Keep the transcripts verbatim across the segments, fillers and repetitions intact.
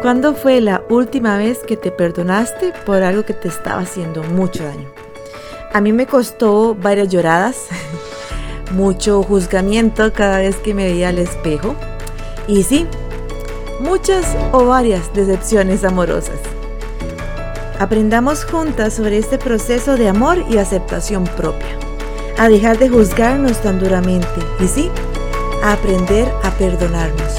¿Cuándo fue la última vez que te perdonaste por algo que te estaba haciendo mucho daño? A mí me costó varias lloradas, mucho juzgamiento cada vez que me veía al espejo y sí, muchas o varias decepciones amorosas. Aprendamos juntas sobre este proceso de amor y aceptación propia, a dejar de juzgarnos tan duramente y sí, a aprender a perdonarnos.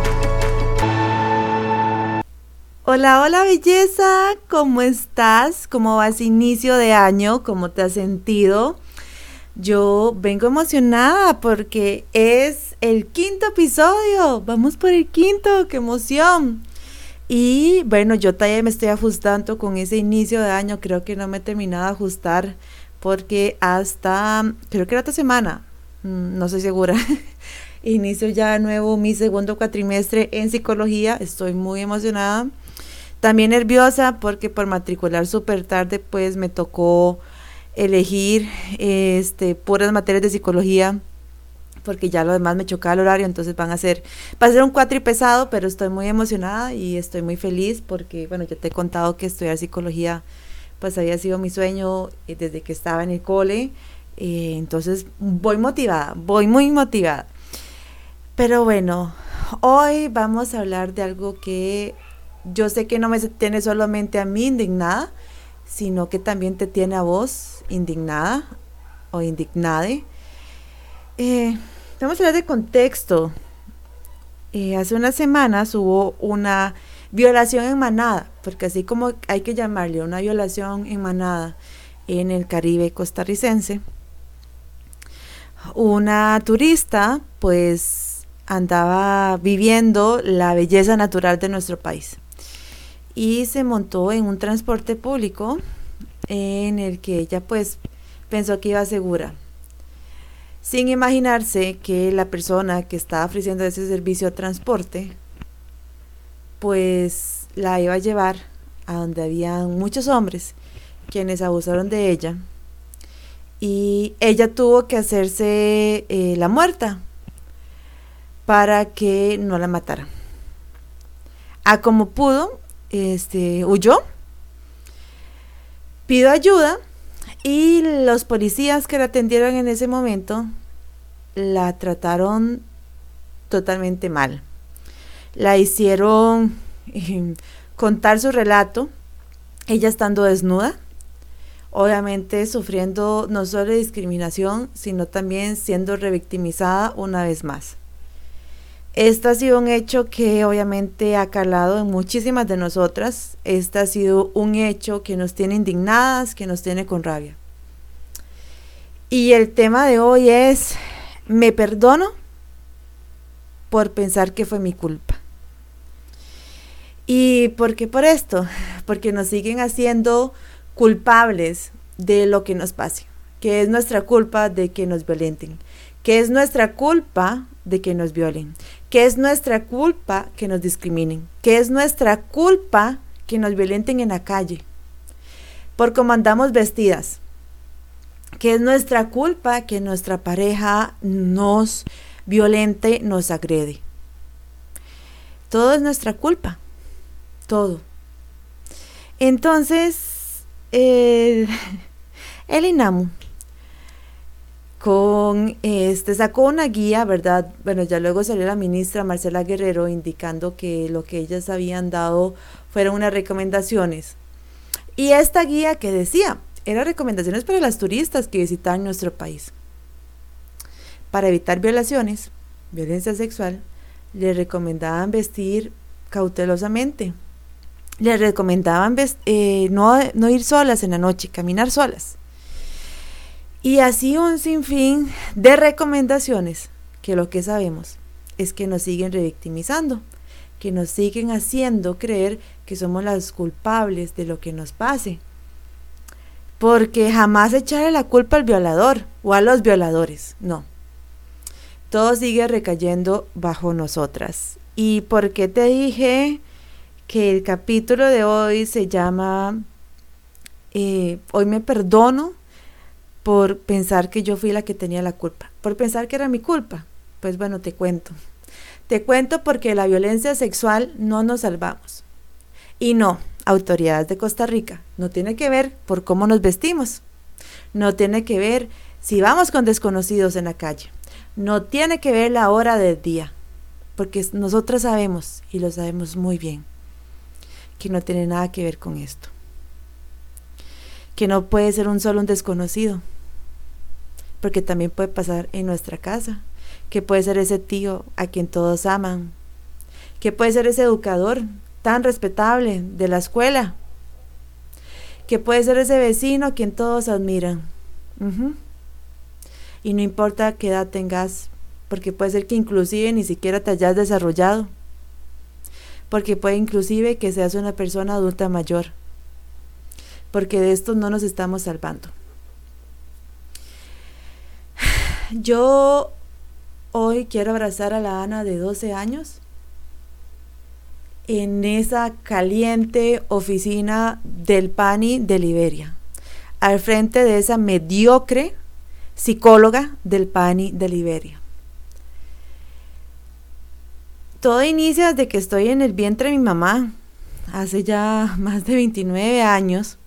Hola, hola belleza, ¿cómo estás? ¿Cómo vas inicio de año? ¿Cómo te has sentido? Yo vengo emocionada porque es el quinto episodio, vamos por el quinto, ¡qué emoción! Y bueno, yo todavía me estoy ajustando con ese inicio de año, creo que no me he terminado de ajustar porque hasta, creo que era esta semana, no estoy segura, inicio ya de nuevo mi segundo cuatrimestre en psicología, estoy muy emocionada. También nerviosa porque por matricular súper tarde pues me tocó elegir este, puras materias de psicología porque ya lo demás me chocaba el horario, entonces van a ser, va a ser un cuatri pesado, pero estoy muy emocionada y estoy muy feliz porque, bueno, ya te he contado que estudiar psicología pues había sido mi sueño desde que estaba en el cole, eh, entonces voy motivada, voy muy motivada. Pero bueno, hoy vamos a hablar de algo que yo sé que no me tiene solamente a mí indignada, sino que también te tiene a vos indignada o indignade. Eh, vamos a hablar de contexto. Eh, hace unas semanas hubo una violación en manada, porque así como hay que llamarle una violación en manada en el Caribe costarricense, una turista pues andaba viviendo la belleza natural de nuestro país. Y se montó en un transporte público en el que ella pues pensó que iba segura, sin imaginarse que la persona que estaba ofreciendo ese servicio de transporte pues la iba a llevar a donde habían muchos hombres quienes abusaron de ella y ella tuvo que hacerse eh, la muerta para que no la mataran. A como pudo, Este, huyó, pidió ayuda y los policías que la atendieron en ese momento la trataron totalmente mal. La hicieron eh, contar su relato, ella estando desnuda, obviamente sufriendo no solo discriminación, sino también siendo revictimizada una vez más. Este ha sido un hecho que obviamente ha calado en muchísimas de nosotras. Este ha sido un hecho que nos tiene indignadas, que nos tiene con rabia. Y el tema de hoy es, me perdono por pensar que fue mi culpa. ¿Y por qué por esto? Porque nos siguen haciendo culpables de lo que nos pase, que es nuestra culpa de que nos violenten, que es nuestra culpa de que nos violen, que es nuestra culpa que nos discriminen, que es nuestra culpa que nos violenten en la calle, por cómo andamos vestidas, que es nuestra culpa que nuestra pareja nos violente, nos agrede. Todo es nuestra culpa, todo. Entonces, eh, el INAMU con este sacó una guía, ¿verdad? Bueno, ya luego salió la ministra Marcela Guerrero indicando que lo que ellas habían dado fueron unas recomendaciones. Y esta guía que decía, eran recomendaciones para las turistas que visitaban nuestro país. Para evitar violaciones, violencia sexual, les recomendaban vestir cautelosamente. Les recomendaban vest- eh, no, no ir solas en la noche, caminar solas. Y así un sinfín de recomendaciones que lo que sabemos es que nos siguen revictimizando, que nos siguen haciendo creer que somos las culpables de lo que nos pase. Porque jamás echarle la culpa al violador o a los violadores, no. Todo sigue recayendo bajo nosotras. ¿Y por qué te dije que el capítulo de hoy se llama eh, Hoy me perdono por pensar que yo fui la que tenía la culpa, por pensar que era mi culpa? Pues bueno, te cuento. Te cuento porque la violencia sexual no nos salvamos. Y no, autoridades de Costa Rica, no tiene que ver por cómo nos vestimos, no tiene que ver si vamos con desconocidos en la calle, no tiene que ver la hora del día, porque nosotras sabemos, y lo sabemos muy bien, que no tiene nada que ver con esto, que no puede ser un solo un desconocido, porque también puede pasar en nuestra casa, que puede ser ese tío a quien todos aman, que puede ser ese educador tan respetable de la escuela, que puede ser ese vecino a quien todos admiran. Uh-huh. Y no importa qué edad tengas, porque puede ser que inclusive ni siquiera te hayas desarrollado, porque puede inclusive que seas una persona adulta mayor, porque de esto no nos estamos salvando. Yo hoy quiero abrazar a la Ana de doce años en esa caliente oficina del PANI de Liberia, al frente de esa mediocre psicóloga del PANI de Liberia. Todo inicia desde que estoy en el vientre de mi mamá, hace ya más de veintinueve años,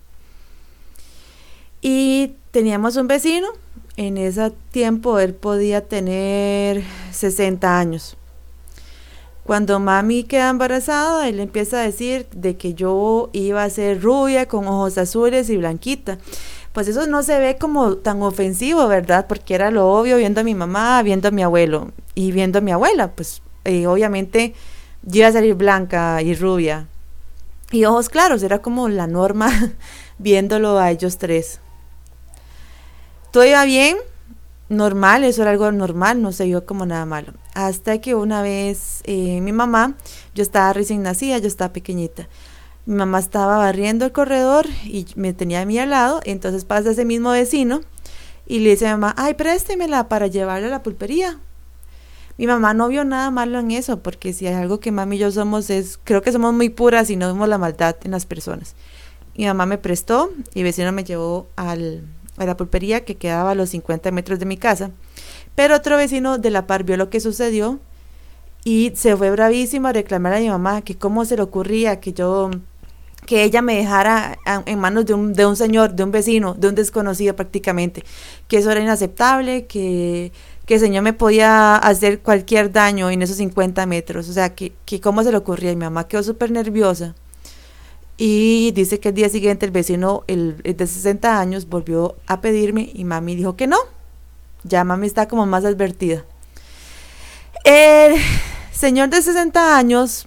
y teníamos un vecino. En ese tiempo él podía tener sesenta años. Cuando mami queda embarazada, él empieza a decir de que yo iba a ser rubia, con ojos azules y blanquita. Pues eso no se ve como tan ofensivo, ¿verdad? Porque era lo obvio, viendo a mi mamá, viendo a mi abuelo y viendo a mi abuela. Pues eh, obviamente yo iba a salir blanca y rubia. Y ojos claros, era como la norma viéndolo a ellos tres. Todo iba bien, normal, eso era algo normal, no se vio como nada malo. Hasta que una vez eh, mi mamá, yo estaba recién nacida, yo estaba pequeñita. Mi mamá estaba barriendo el corredor y me tenía a mí al lado, entonces pasa ese mismo vecino y le dice a mi mamá, ay, préstemela para llevarla a la pulpería. Mi mamá no vio nada malo en eso, porque si hay algo que mami y yo somos es, creo que somos muy puras y no vemos la maldad en las personas. Mi mamá me prestó y el vecino me llevó al... a la pulpería que quedaba a los cincuenta metros de mi casa, pero otro vecino de la par vio lo que sucedió y se fue bravísimo a reclamar a mi mamá que cómo se le ocurría que yo, que ella me dejara en manos de un, de un señor, de un vecino, de un desconocido prácticamente, que eso era inaceptable, que, que el señor me podía hacer cualquier daño en esos cincuenta metros, o sea, que, que cómo se le ocurría. Y mi mamá quedó súper nerviosa. Y dice que el día siguiente el vecino, el, el de sesenta años, volvió a pedirme y mami dijo que no. Ya mami está como más advertida. El señor de sesenta años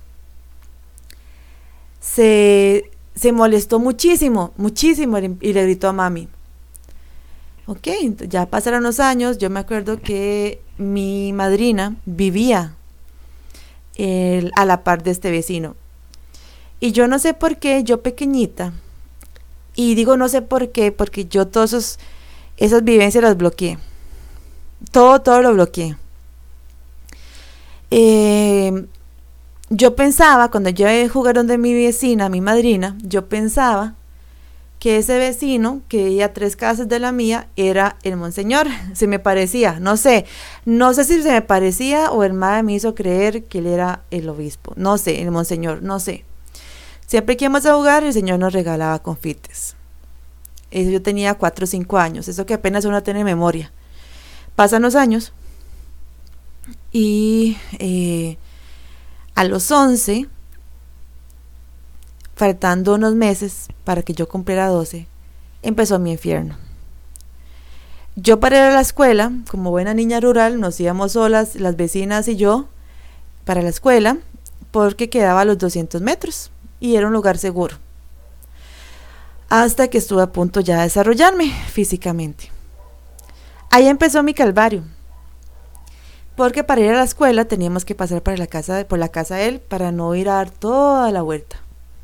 se, se molestó muchísimo, muchísimo y le gritó a mami. Ok, ya pasaron los años, yo me acuerdo que mi madrina vivía el, a la par de este vecino. Y yo no sé por qué, yo pequeñita, y digo no sé por qué, porque yo todas esos, esas vivencias las bloqueé. Todo, todo lo bloqueé. Eh, yo pensaba, cuando yo jugué donde mi vecina, mi madrina, yo pensaba que ese vecino, que vivía a tres casas de la mía, era el monseñor. Se me parecía, no sé, no sé si se me parecía o el madre me hizo creer que él era el obispo. No sé, el monseñor, no sé. Siempre que íbamos a jugar, el señor nos regalaba confites. Eso yo tenía cuatro o cinco años, eso que apenas uno tiene memoria. Pasan los años y eh, a los once, faltando unos meses para que yo cumpliera doce, empezó mi infierno. Yo para ir a la escuela, como buena niña rural, nos íbamos solas, las vecinas y yo, para la escuela, porque quedaba a los doscientos metros. Y era un lugar seguro, hasta que estuve a punto ya de desarrollarme físicamente. Ahí empezó mi calvario, porque para ir a la escuela teníamos que pasar por la casa de, por la casa de él, para no ir a dar toda la vuelta.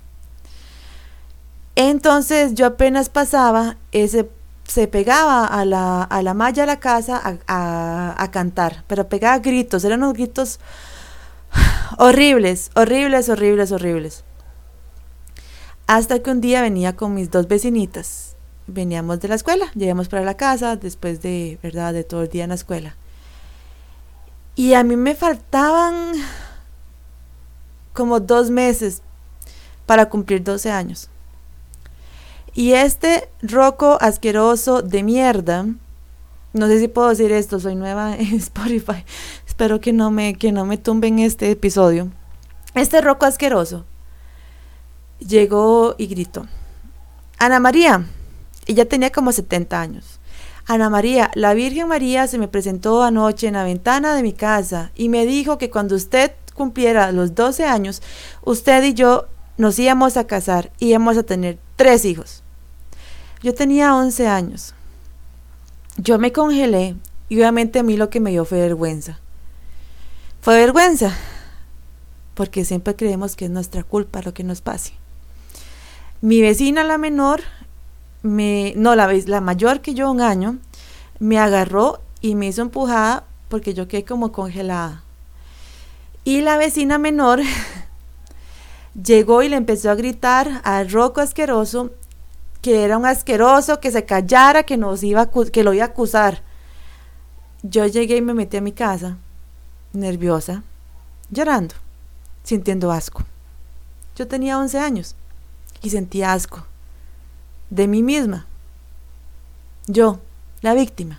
Entonces yo apenas pasaba, ese se pegaba a la, a la malla de la casa a, a, a cantar, pero pegaba gritos, eran unos gritos horribles, horribles, horribles, horribles. Hasta que un día venía con mis dos vecinitas, veníamos de la escuela, llegamos para la casa después de, ¿verdad?, de todo el día en la escuela. Y a mí me faltaban como dos meses para cumplir doce años. Y este Rocco asqueroso de mierda, no sé si puedo decir esto, soy nueva en Spotify, espero que no me, que no me tumben este episodio. Este Rocco asqueroso llegó y gritó: Ana María, ella tenía como setenta años. Ana María, la Virgen María se me presentó anoche en la ventana de mi casa y me dijo que cuando usted cumpliera los doce años, usted y yo nos íbamos a casar y íbamos a tener tres hijos. Yo tenía once años. Yo me congelé y obviamente a mí lo que me dio fue vergüenza. Fue vergüenza, porque siempre creemos que es nuestra culpa lo que nos pase. Mi vecina, la menor, me, no, la, la mayor que yo, un año, me agarró y me hizo empujada porque yo quedé como congelada. Y la vecina menor llegó y le empezó a gritar al Rocco asqueroso que era un asqueroso, que se callara, que nos iba a, que lo iba a acusar. Yo llegué y me metí a mi casa, nerviosa, llorando, sintiendo asco. Yo tenía once años y sentía asco de mí misma. Yo, la víctima.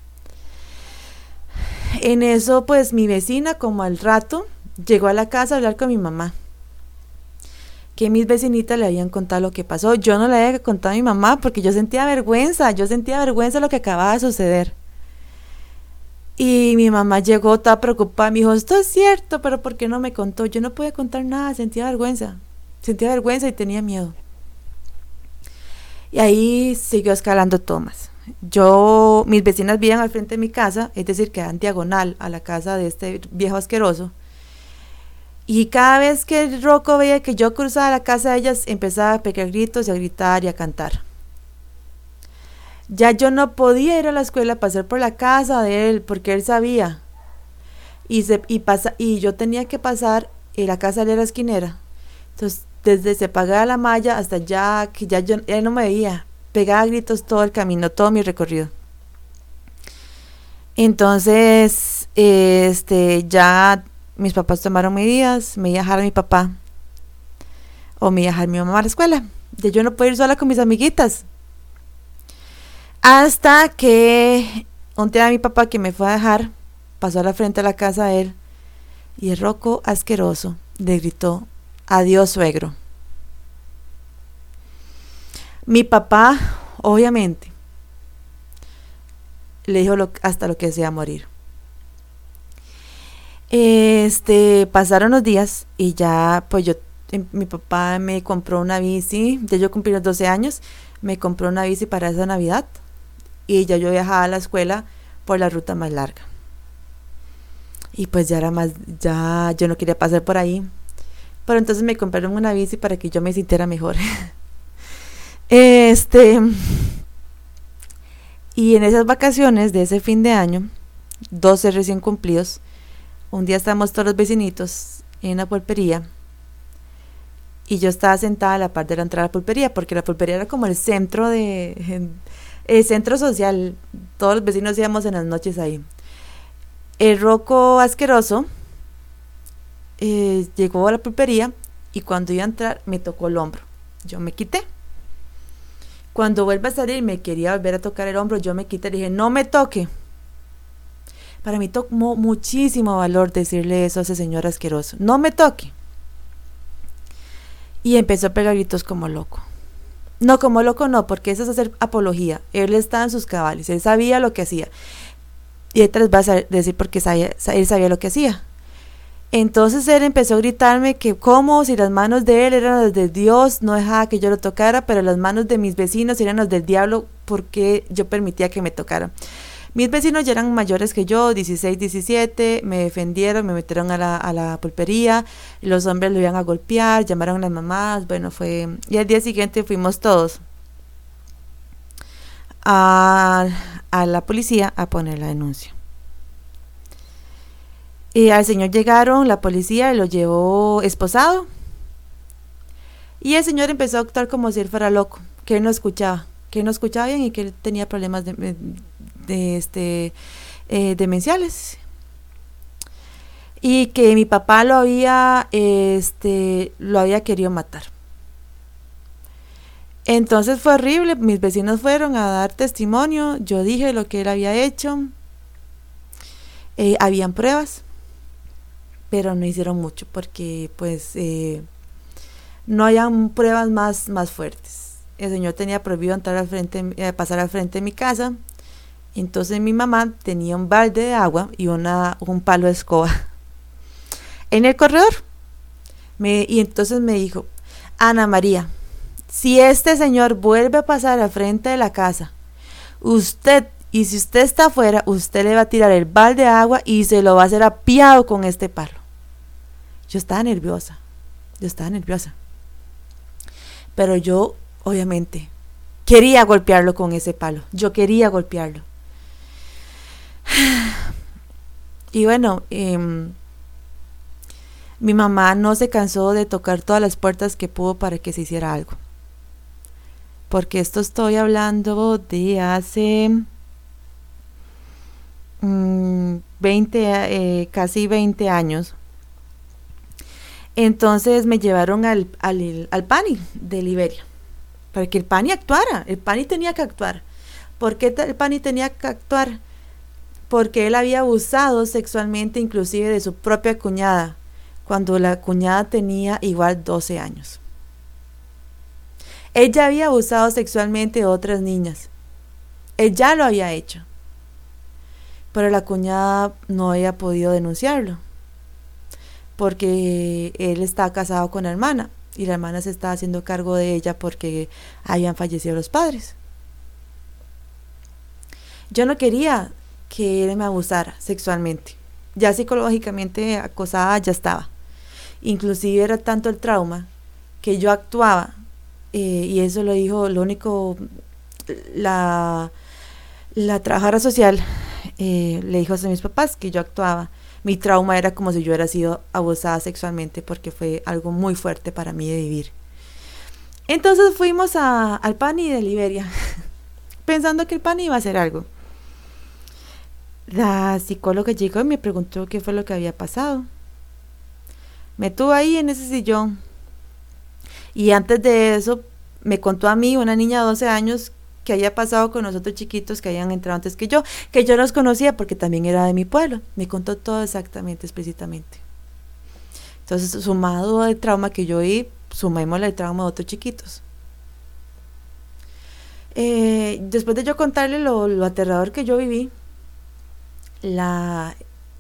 En eso, pues mi vecina, como al rato, llegó a la casa a hablar con mi mamá, que mis vecinitas le habían contado lo que pasó. Yo no le había contado a mi mamá porque yo sentía vergüenza, yo sentía vergüenza de lo que acababa de suceder. Y mi mamá llegó toda preocupada, me dijo: esto es cierto, pero ¿por qué no me contó? Yo no podía contar nada, sentía vergüenza, sentía vergüenza y tenía miedo. Y ahí siguió escalando todo más. Yo, mis vecinas vivían al frente de mi casa, es decir, quedaban diagonal a la casa de este viejo asqueroso. Y cada vez que el Rocco veía que yo cruzaba la casa de ellas, empezaba a pegar gritos y a gritar y a cantar. Ya yo no podía ir a la escuela, pasar por la casa de él, porque él sabía. Y, se, y, pasa, y yo tenía que pasar, y la casa de él era esquinera. Entonces, desde se pagaba la malla hasta ya, que ya yo, él no me veía. Pegaba gritos todo el camino, todo mi recorrido. Entonces, este, ya mis papás tomaron medidas, me iba a dejar a mi papá o me iba a dejar a mi mamá a la escuela. Ya yo no puedo ir sola con mis amiguitas. Hasta que un día mi papá, que me fue a dejar, pasó a la frente de la casa de él y el Rocco asqueroso le gritó: adiós, suegro. Mi papá, obviamente, le dijo lo, hasta lo que sea morir. Este, pasaron los días y ya, pues yo, mi papá me compró una bici, ya yo cumplí los doce años, me compró una bici para esa Navidad y ya yo viajaba a la escuela por la ruta más larga. Y pues ya era más, ya yo no quería pasar por ahí, pero entonces me compraron una bici para que yo me sintiera mejor. Este, y en esas vacaciones de ese fin de año, doce recién cumplidos, un día estábamos todos los vecinitos en la pulpería y yo estaba sentada a la par de la entrada a la pulpería, porque la pulpería era como el centro de el centro social, todos los vecinos íbamos en las noches ahí. El Rocco asqueroso eh, llegó a la pulpería y cuando iba a entrar me tocó el hombro, yo me quité. Cuando vuelve a salir me quería volver a tocar el hombro, yo me quité, le dije: no me toque. Para mí tomó muchísimo valor decirle eso a ese señor asqueroso: no me toque. Y empezó a pegar gritos como loco. No, como loco no, porque eso es hacer apología. Él estaba en sus cabales, él sabía lo que hacía. Y él te les va a decir porque sabía, él sabía lo que hacía. Entonces él empezó a gritarme que como si las manos de él eran las de Dios, no dejaba que yo lo tocara, pero las manos de mis vecinos eran las del diablo porque yo permitía que me tocaran. Mis vecinos ya eran mayores que yo, dieciséis, diecisiete, me defendieron, me metieron a la, a la pulpería, los hombres lo iban a golpear, llamaron a las mamás, bueno, fue... Y al día siguiente fuimos todos a, a la policía a poner la denuncia. Y al señor llegaron, la policía lo llevó esposado, y el señor empezó a actuar como si él fuera loco, que él no escuchaba, que él no escuchaba bien y que él tenía problemas de... de de este eh, demenciales y que mi papá lo había este lo había querido matar. Entonces fue horrible, mis vecinos fueron a dar testimonio, yo dije lo que él había hecho, eh, habían pruebas, pero no hicieron mucho porque pues eh, no habían pruebas más, más fuertes. El señor tenía prohibido entrar al frente, eh, pasar al frente de mi casa. Entonces mi mamá tenía un balde de agua y una, un palo de escoba en el corredor. Me, y entonces me dijo, Ana María, si este señor vuelve a pasar al frente de la casa, usted, y si usted está afuera, usted le va a tirar el balde de agua y se lo va a hacer apiado con este palo. Yo estaba nerviosa, yo estaba nerviosa. Pero yo, obviamente, quería golpearlo con ese palo. Yo quería golpearlo. Y bueno, eh, mi mamá no se cansó de tocar todas las puertas que pudo para que se hiciera algo. Porque esto estoy hablando de hace mmm, veinte, eh, casi veinte años. Entonces me llevaron al, al, al PANI de Liberia, para que el PANI actuara. El PANI tenía que actuar. ¿Por qué el PANI tenía que actuar? Porque él había abusado sexualmente inclusive de su propia cuñada, cuando la cuñada tenía igual doce años. Él ya había abusado sexualmente de otras niñas. Él ya lo había hecho. Pero la cuñada no había podido denunciarlo, porque él estaba casado con la hermana y la hermana se estaba haciendo cargo de ella porque habían fallecido los padres. Yo no quería que él me abusara sexualmente. Ya psicológicamente acosada ya estaba. Inclusive era tanto el trauma que yo actuaba, eh, y eso lo dijo, lo único, la, la trabajadora social eh, le dijo a mis papás que yo actuaba. Mi trauma era como si yo hubiera sido abusada sexualmente, porque fue algo muy fuerte para mí de vivir. Entonces fuimos a, al PANI de Liberia, pensando que el PANI iba a hacer algo. La psicóloga llegó y me preguntó qué fue lo que había pasado. Me tuvo ahí en ese sillón. Y antes de eso, me contó a mí, una niña de doce años, que había pasado con los otros chiquitos que habían entrado antes que yo, que yo los conocía porque también era de mi pueblo. Me contó todo exactamente, explícitamente. Entonces, sumado al trauma que yo vi, sumémosle el trauma de otros chiquitos. Eh, después de yo contarle lo, lo aterrador que yo viví, la,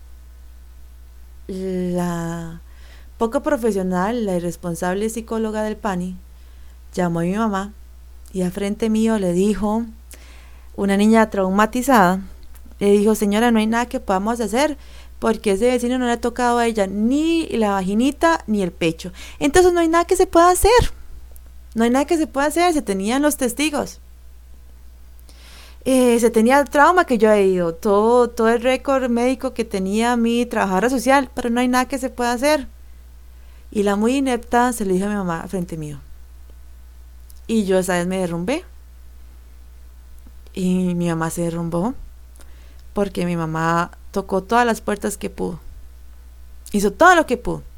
la poco profesional, la irresponsable psicóloga del PANI, llamó a mi mamá y al frente mío le dijo, una niña traumatizada, le dijo, señora, no hay nada que podamos hacer, porque ese vecino no le ha tocado a ella ni la vaginita ni el pecho. Entonces no hay nada que se pueda hacer. No hay nada que se pueda hacer, se tenían los testigos. Eh, se tenía el trauma que yo he ido, todo, todo el récord médico que tenía mi trabajadora social, pero no hay nada que se pueda hacer. Y la muy inepta se lo dijo a mi mamá frente mío. Y yo esa vez me derrumbé. Y mi mamá se derrumbó, porque mi mamá tocó todas las puertas que pudo. Hizo todo lo que pudo.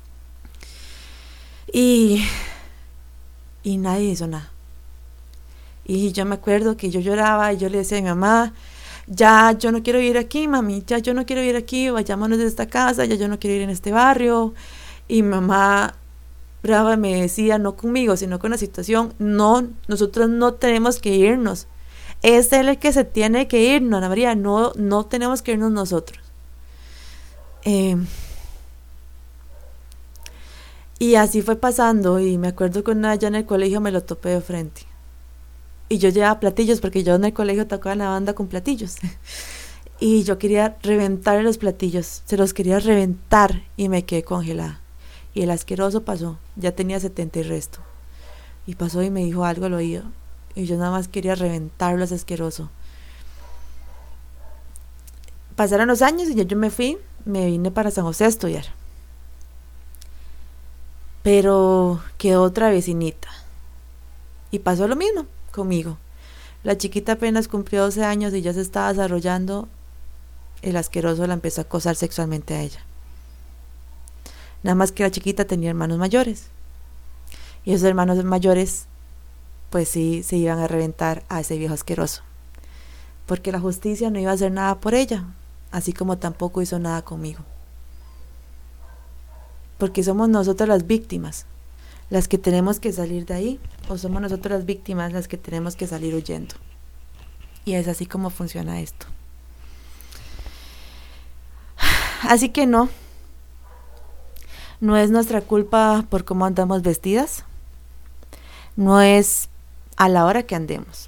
Y, y nadie hizo nada. Y yo me acuerdo que yo lloraba y yo le decía a mi mamá, ya yo no quiero vivir aquí, mami, ya yo no quiero vivir aquí, vayámonos de esta casa, ya yo no quiero ir en este barrio. Y mi mamá brava me decía, no conmigo, sino con la situación, no, nosotros no tenemos que irnos. Es él el que se tiene que ir, no, Ana María, no, no tenemos que irnos nosotros. Eh, y así fue pasando, y me acuerdo que una allá en el colegio me lo topé de frente. Y yo llevaba platillos, porque yo en el colegio tocaba en la banda con platillos. Y yo quería reventar los platillos, se los quería reventar, y me quedé congelada. Y el asqueroso pasó, ya tenía setenta y resto. Y pasó y me dijo algo al oído. Y yo nada más quería reventarlo, ese asqueroso. Pasaron los años y ya yo me fui, me vine para San José a estudiar. Pero quedó otra vecinita. Y pasó lo mismo conmigo. La chiquita apenas cumplió doce años y ya se estaba desarrollando. El asqueroso la empezó a acosar sexualmente a ella. Nada más que la chiquita tenía hermanos mayores. Y esos hermanos mayores pues sí, se iban a reventar a ese viejo asqueroso. Porque la justicia no iba a hacer nada por ella, así como tampoco hizo nada conmigo. Porque somos nosotros las víctimas, las que tenemos que salir de ahí, o somos nosotros las víctimas las que tenemos que salir huyendo. Y es así como funciona esto. Así que no, no es nuestra culpa por cómo andamos vestidas, no es a la hora que andemos.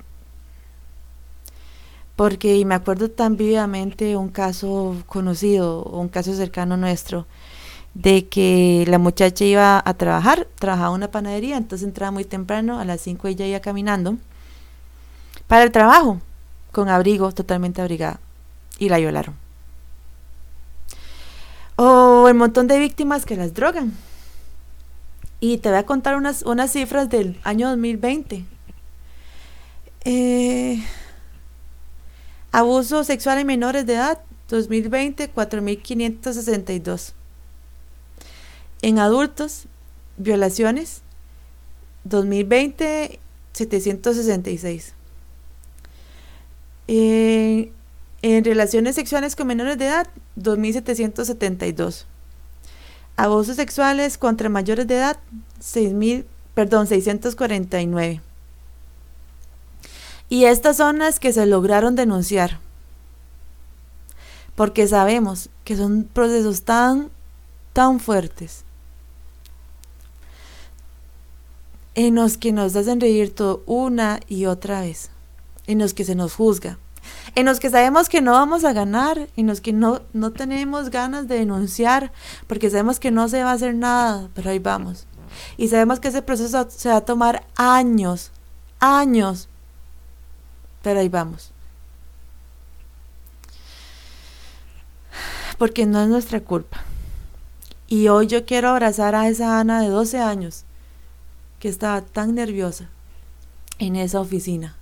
Porque, y me acuerdo tan vívidamente un caso conocido, un caso cercano nuestro, de que la muchacha iba a trabajar, trabajaba en una panadería, entonces entraba muy temprano, a las cinco ella iba caminando para el trabajo, con abrigo, totalmente abrigada, y la violaron. O el montón de víctimas que las drogan. Y te voy a contar unas, unas cifras del año dos mil veinte. Eh, abuso sexual en menores de edad, dos mil veinte, cuatro mil quinientos sesenta y dos. En adultos, violaciones, dos mil veinte, setecientos sesenta y seis. Eh, en relaciones sexuales con menores de edad, dos mil setecientos setenta y dos. Abusos sexuales contra mayores de edad, seis mil, perdón, seiscientos cuarenta y nueve. Y estas son las que se lograron denunciar, porque sabemos que son procesos tan, tan fuertes, en los que nos hacen reír todo una y otra vez, en los que se nos juzga, en los que sabemos que no vamos a ganar, en los que no, no tenemos ganas de denunciar, porque sabemos que no se va a hacer nada, pero ahí vamos. Y sabemos que ese proceso se va a tomar años, años, pero ahí vamos. Porque no es nuestra culpa. Y hoy yo quiero abrazar a esa Ana de doce años, que estaba tan nerviosa en esa oficina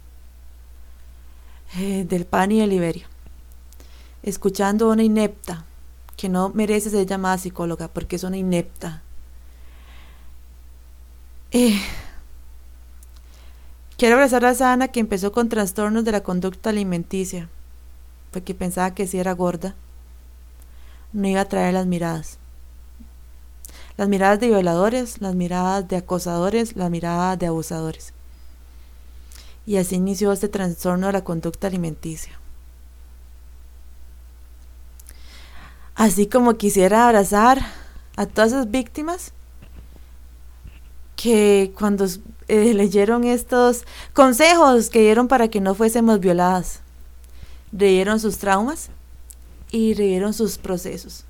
eh, del P A N y de Liberia, escuchando a una inepta que no merece ser llamada psicóloga porque es una inepta. Eh, quiero abrazar a esa Ana que empezó con trastornos de la conducta alimenticia porque pensaba que si era gorda no iba a traer las miradas. Las miradas de violadores, las miradas de acosadores, las miradas de abusadores. Y así inició este trastorno de la conducta alimenticia. Así como quisiera abrazar a todas esas víctimas que cuando eh, leyeron estos consejos que dieron para que no fuésemos violadas, leyeron sus traumas y leyeron sus procesos.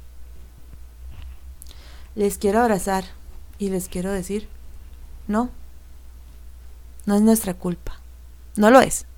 Les quiero abrazar y les quiero decir, no, no es nuestra culpa, no lo es.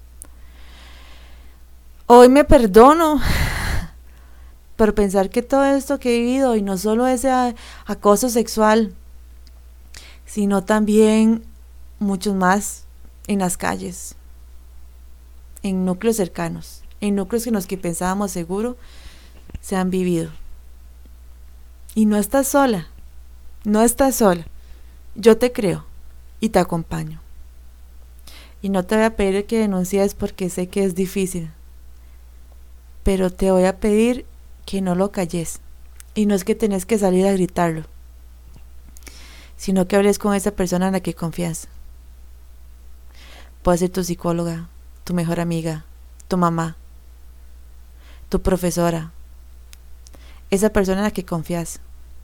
Hoy me perdono por pensar que todo esto que he vivido, y no solo ese acoso sexual, sino también muchos más en las calles, en núcleos cercanos, en núcleos en los que pensábamos seguro, se han vivido. Y no estás sola, no estás sola. Yo te creo y te acompaño. Y no te voy a pedir que denuncies porque sé que es difícil, pero te voy a pedir que no lo calles. Y no es que tenés que salir a gritarlo, sino que hables con esa persona en la que confías. Puede ser tu psicóloga, tu mejor amiga, tu mamá, tu profesora, esa persona en la que confías,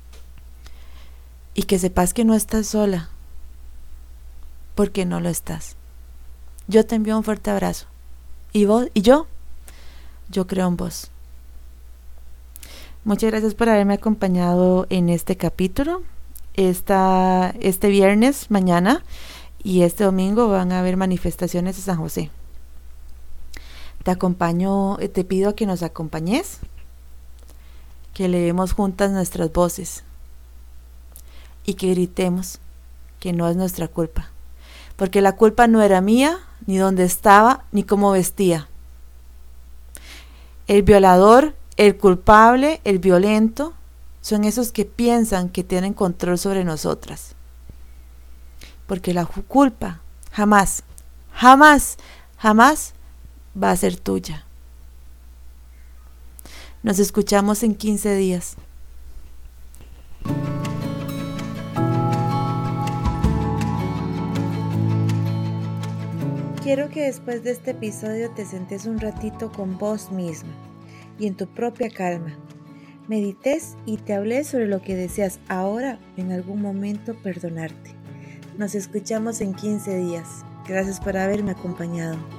y que sepas que no estás sola, porque no lo estás. Yo te envío un fuerte abrazo, y vos y yo, yo creo en vos. Muchas gracias por haberme acompañado en este capítulo. Esta, este viernes, mañana y este domingo van a haber manifestaciones de San José. Te acompaño, te pido que nos acompañes, que leemos juntas nuestras voces y que gritemos que no es nuestra culpa, porque la culpa no era mía, ni dónde estaba, ni cómo vestía. El violador, el culpable, el violento, son esos que piensan que tienen control sobre nosotras, porque la culpa jamás, jamás, jamás va a ser tuya. Nos escuchamos en quince días. Quiero que después de este episodio te sentes un ratito con vos misma y en tu propia calma. Medites y te hables sobre lo que deseas ahora o en algún momento perdonarte. Nos escuchamos en quince días. Gracias por haberme acompañado.